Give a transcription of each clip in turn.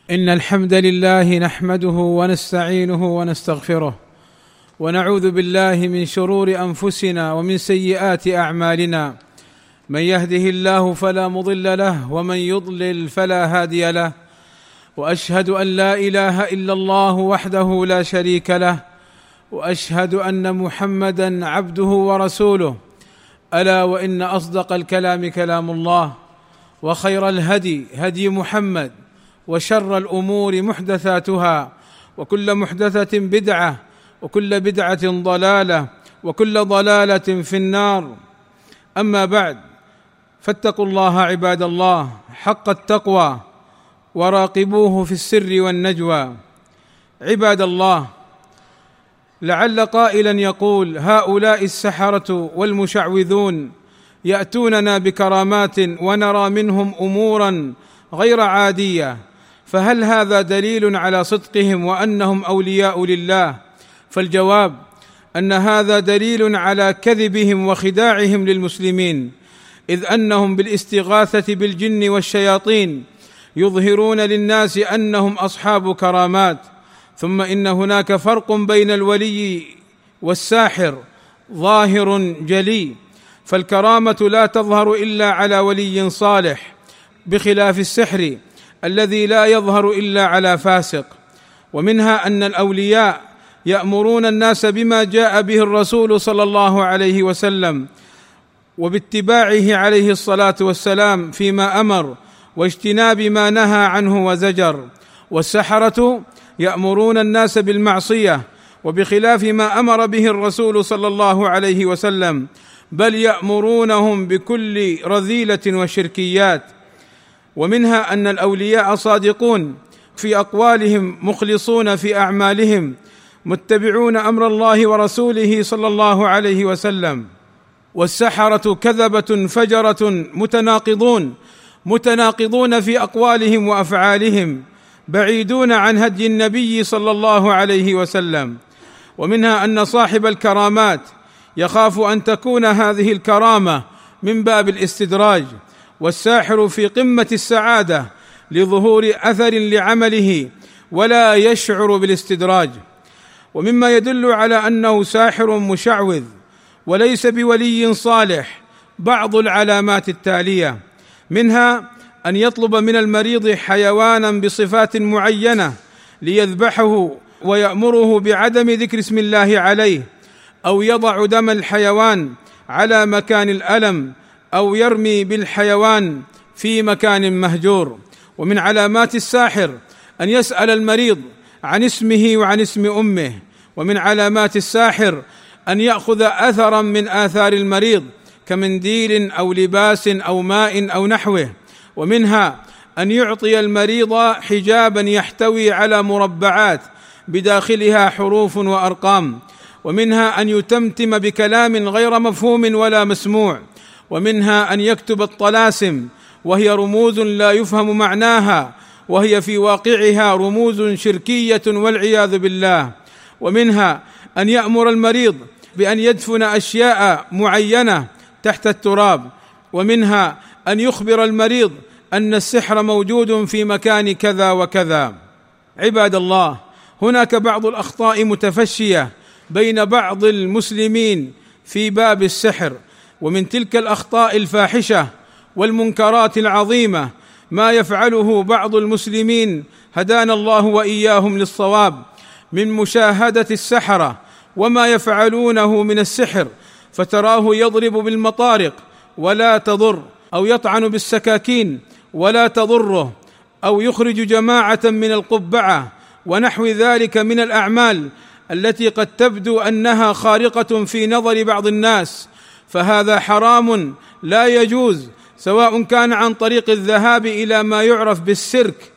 إن الحمد لله نحمده ونستعينه ونستغفره ونعوذ بالله من شرور أنفسنا ومن سيئات أعمالنا. من يهده الله فلا مضل له ومن يضلل فلا هادي له، وأشهد أن لا إله إلا الله وحده لا شريك له، وأشهد أن محمدًا عبده ورسوله. ألا وإن أصدق الكلام كلام الله، وخير الهدي هدي محمد، وشر الأمور محدثاتها، وكل محدثة بدعة، وكل بدعة ضلالة، وكل ضلالة في النار. أما بعد، فاتقوا الله عباد الله حق التقوى، وراقبوه في السر والنجوى. عباد الله، لعل قائلا يقول: هؤلاء السحرة والمشعوذون يأتوننا بكرامات ونرى منهم أمورا غير عادية، فهل هذا دليل على صدقهم وأنهم أولياء لله؟ فالجواب أن هذا دليل على كذبهم وخداعهم للمسلمين، إذ أنهم بالاستغاثة بالجن والشياطين يظهرون للناس أنهم أصحاب كرامات. ثم إن هناك فرق بين الولي والساحر ظاهر جلي، فالكرامة لا تظهر إلا على ولي صالح، بخلاف السحر الذي لا يظهر إلا على فاسق. ومنها أن الأولياء يأمرون الناس بما جاء به الرسول صلى الله عليه وسلم، وباتباعه عليه الصلاة والسلام فيما أمر، واجتناب ما نهى عنه وزجر. والسحرة يأمرون الناس بالمعصية، وبخلاف ما أمر به الرسول صلى الله عليه وسلم، بل يأمرونهم بكل رذيلة وشركيات. ومنها أن الأولياء صادقون في أقوالهم، مخلصون في أعمالهم، متبعون أمر الله ورسوله صلى الله عليه وسلم. والسحرة كذبة فجرة متناقضون في أقوالهم وأفعالهم، بعيدون عن هدي النبي صلى الله عليه وسلم. ومنها أن صاحب الكرامات يخاف أن تكون هذه الكرامة من باب الاستدراج، والساحر في قمة السعادة لظهور أثر لعمله ولا يشعر بالاستدراج. ومما يدل على أنه ساحر مشعوذ وليس بولي صالح بعض العلامات التالية: منها أن يطلب من المريض حيوانا بصفات معينة ليذبحه، ويأمره بعدم ذكر اسم الله عليه، أو يضع دم الحيوان على مكان الألم، أو يرمي بالحيوان في مكان مهجور. ومن علامات الساحر أن يسأل المريض عن اسمه وعن اسم أمه. ومن علامات الساحر أن يأخذ أثرا من آثار المريض كمنديل أو لباس أو ماء أو نحوه. ومنها أن يعطي المريض حجابا يحتوي على مربعات بداخلها حروف وأرقام. ومنها أن يتمتم بكلام غير مفهوم ولا مسموع. ومنها أن يكتب الطلاسم، وهي رموز لا يفهم معناها، وهي في واقعها رموز شركية والعياذ بالله. ومنها أن يأمر المريض بأن يدفن أشياء معينة تحت التراب. ومنها أن يخبر المريض أن السحر موجود في مكان كذا وكذا. عباد الله، هناك بعض الأخطاء متفشية بين بعض المسلمين في باب السحر، ومن تلك الأخطاء الفاحشة والمنكرات العظيمة ما يفعله بعض المسلمين هدانا الله وإياهم للصواب من مشاهدة السحرة وما يفعلونه من السحر، فتراه يضرب بالمطارق ولا تضر، أو يطعن بالسكاكين ولا تضره، أو يخرج جماعة من القبعة ونحو ذلك من الأعمال التي قد تبدو أنها خارقة في نظر بعض الناس، فهذا حرام لا يجوز، سواء كان عن طريق الذهاب إلى ما يعرف بالسيرك،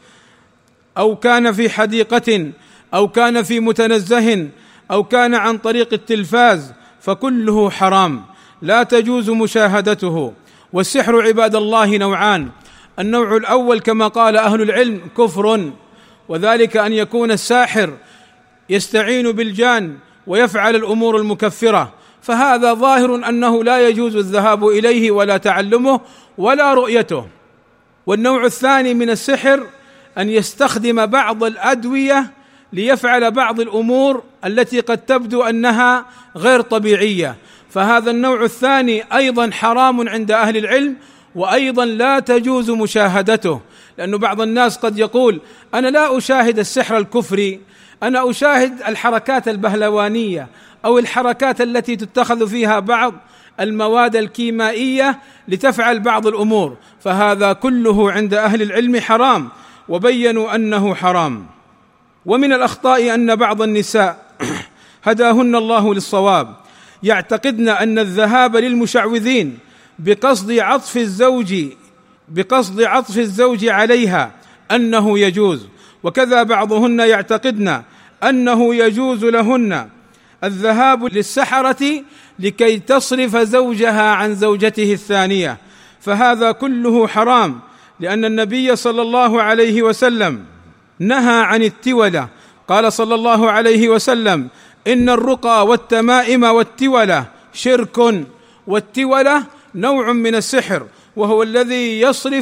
أو كان في حديقة، أو كان في متنزه، أو كان عن طريق التلفاز، فكله حرام لا تجوز مشاهدته. والسحر عباد الله نوعان: النوع الأول كما قال أهل العلم كفر، وذلك أن يكون الساحر يستعين بالجان ويفعل الأمور المكفرة، فهذا ظاهر أنه لا يجوز الذهاب إليه ولا تعلمه ولا رؤيته. والنوع الثاني من السحر أن يستخدم بعض الأدوية ليفعل بعض الأمور التي قد تبدو أنها غير طبيعية، فهذا النوع الثاني أيضا حرام عند أهل العلم، وأيضا لا تجوز مشاهدته، لأن بعض الناس قد يقول: أنا لا أشاهد السحر الكفري، أنا أشاهد الحركات البهلوانية أو الحركات التي تتخذ فيها بعض المواد الكيميائية لتفعل بعض الأمور، فهذا كله عند أهل العلم حرام، وبينوا أنه حرام. ومن الأخطاء أن بعض النساء هداهن الله للصواب يعتقدن أن الذهاب للمشعوذين بقصد عطف الزوج عليها أنه يجوز، وكذا بعضهن يعتقدن أنه يجوز لهن الذهاب للسحرة لكي تصرف زوجها عن زوجته الثانية، فهذا كله حرام، لأن النبي صلى الله عليه وسلم نهى عن التولة. قال صلى الله عليه وسلم: إن الرقى والتمائم والتولة شرك، والتولة نوع من السحر، وهو الذي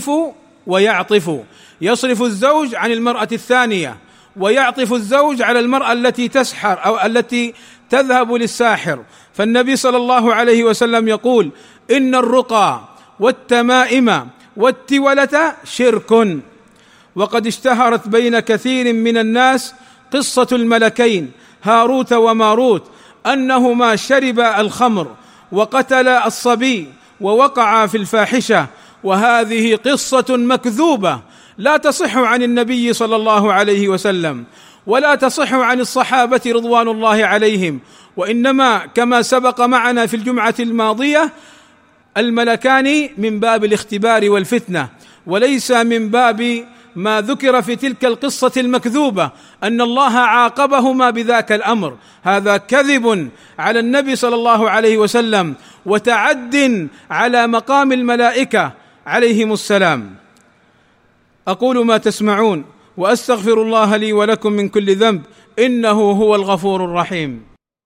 يصرف الزوج عن المرأة الثانية، ويعطف الزوج على المرأة التي تسحر أو التي تذهب للساحر. فالنبي صلى الله عليه وسلم يقول: إن الرقى والتمائم والتولة شرك. وقد اشتهرت بين كثير من الناس قصة الملكين هاروت وماروت أنهما شربا الخمر وقتلا الصبي ووقعا في الفاحشة، وهذه قصة مكذوبة لا تصح عن النبي صلى الله عليه وسلم، ولا تصح عن الصحابة رضوان الله عليهم، وإنما كما سبق معنا في الجمعة الماضية الملكان من باب الاختبار والفتنة، وليس من باب ما ذكر في تلك القصة المكذوبة أن الله عاقبهما بذاك الأمر. هذا كذب على النبي صلى الله عليه وسلم، وتعد على مقام الملائكة عليهم السلام. أقول ما تسمعون، وأستغفر الله لي ولكم من كل ذنب، إنه هو الغفور الرحيم.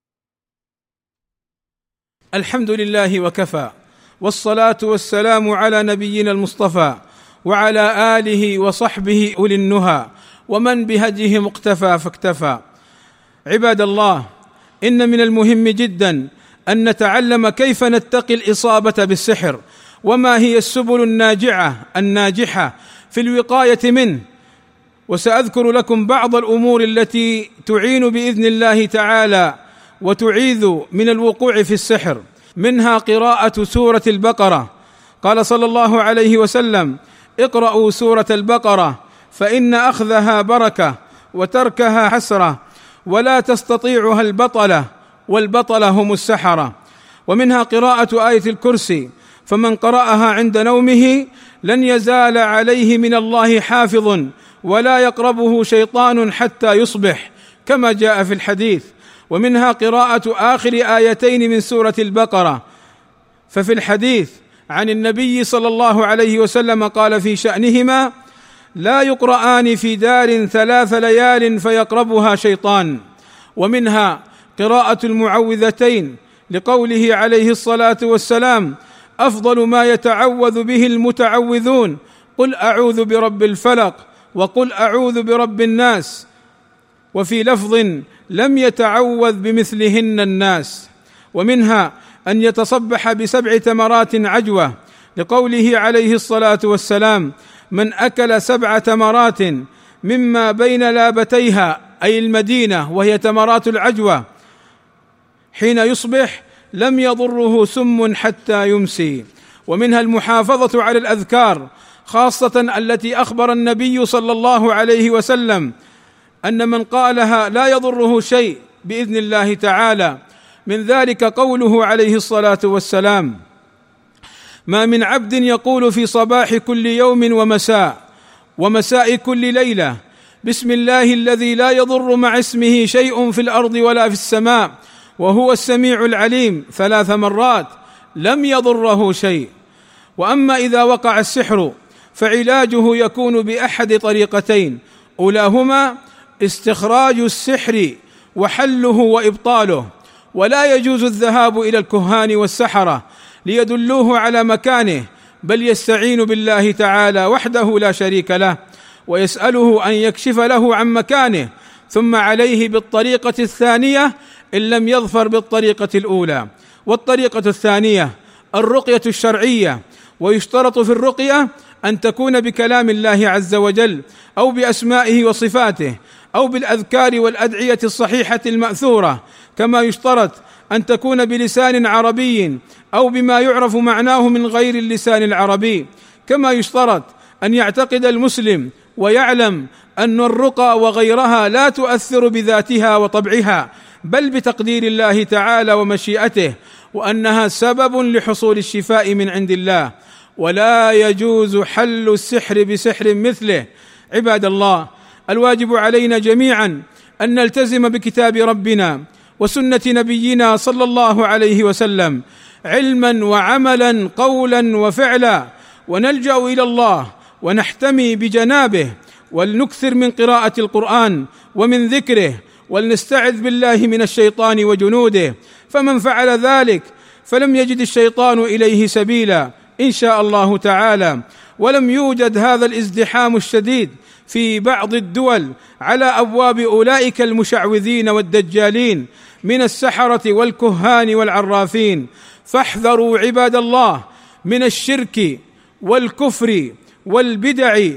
الحمد لله وكفى، والصلاة والسلام على نبينا المصطفى وعلى آله وصحبه أولي النهى ومن بهديه مقتفى فاكتفى. عباد الله، إن من المهم جدا أن نتعلم كيف نتقي الإصابة بالسحر، وما هي السبل الناجحة في الوقاية منه. وسأذكر لكم بعض الأمور التي تعين بإذن الله تعالى وتعيذ من الوقوع في السحر، منها قراءة سورة البقرة. قال صلى الله عليه وسلم: اقرأوا سورة البقرة فإن أخذها بركة وتركها حسرة، ولا تستطيعها البطلة، والبطلة هم السحرة. ومنها قراءة آية الكرسي، فمن قرأها عند نومه لن يزال عليه من الله حافظ، ولا يقربه شيطان حتى يصبح، كما جاء في الحديث. ومنها قراءة آخر آيتين من سورة البقرة، ففي الحديث عن النبي صلى الله عليه وسلم قال في شأنهما: لا يقرآن في دار 3 ليال فيقربها شيطان. ومنها قراءة المعوذتين، لقوله عليه الصلاة والسلام: أفضل ما يتعوذ به المتعوذون قل أعوذ برب الفلق وقل أعوذ برب الناس، وفي لفظ لم يتعوذ بمثلهن الناس. ومنها أن يتصبح ب7 تمرات عجوة، لقوله عليه الصلاة والسلام: من أكل 7 تمرات مما بين لابتيها، أي المدينة وهي تمرات العجوة، حين يصبح لم يضره سم حتى يمسي. ومنها المحافظة على الأذكار، خاصة التي أخبر النبي صلى الله عليه وسلم أن من قالها لا يضره شيء بإذن الله تعالى، من ذلك قوله عليه الصلاة والسلام: ما من عبد يقول في صباح كل يوم ومساء كل ليلة بسم الله الذي لا يضر مع اسمه شيء في الأرض ولا في السماء وهو السميع العليم 3 مرات لم يضره شيء. وأما إذا وقع السحر فعلاجه يكون بأحد طريقتين: أولاهما استخراج السحر وحله وإبطاله، ولا يجوز الذهاب إلى الكهان والسحرة ليدلوه على مكانه، بل يستعين بالله تعالى وحده لا شريك له. ويسأله أن يكشف له عن مكانه، ثم عليه بالطريقة الثانية إن لم يظفر بالطريقة الأولى. والطريقة الثانية الرقية الشرعية، ويشترط في الرقية أن تكون بكلام الله عز وجل أو بأسمائه وصفاته أو بالأذكار والأدعية الصحيحة المأثورة، كما يشترط أن تكون بلسان عربي أو بما يعرف معناه من غير اللسان العربي، كما يشترط أن يعتقد المسلم ويعلم أن الرقى وغيرها لا تؤثر بذاتها وطبعها، بل بتقدير الله تعالى ومشيئته، وأنها سبب لحصول الشفاء من عند الله، ولا يجوز حل السحر بسحر مثله. عباد الله، الواجب علينا جميعا أن نلتزم بكتاب ربنا وسنة نبينا صلى الله عليه وسلم علما وعملا قولا وفعلا، ونلجأ إلى الله ونحتمي بجنابه، ولنكثر من قراءة القرآن ومن ذكره، ولنستعذ بالله من الشيطان وجنوده، فمن فعل ذلك فلم يجد الشيطان إليه سبيلا إن شاء الله تعالى. ولم يوجد هذا الازدحام الشديد في بعض الدول على أبواب أولئك المشعوذين والدجالين من السحرة والكهان والعرافين، فاحذروا عباد الله من الشرك والكفر والبدع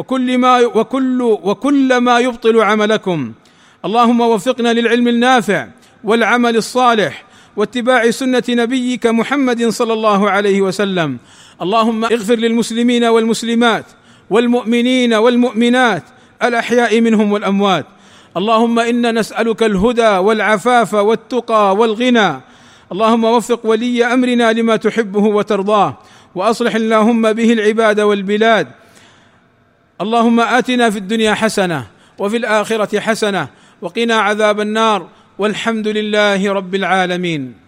وكل ما يبطل عملكم. اللهم وفقنا للعلم النافع والعمل الصالح واتباع سنة نبيك محمد صلى الله عليه وسلم. اللهم اغفر للمسلمين والمسلمات والمؤمنين والمؤمنات الأحياء منهم والأموات. اللهم إنا نسألك الهدى والعفاف والتقى والغنى. اللهم وفق ولي أمرنا لما تحبه وترضاه، وأصلح اللهم به العباد والبلاد. اللهم آتنا في الدنيا حسنة وفي الآخرة حسنة وقنا عذاب النار، والحمد لله رب العالمين.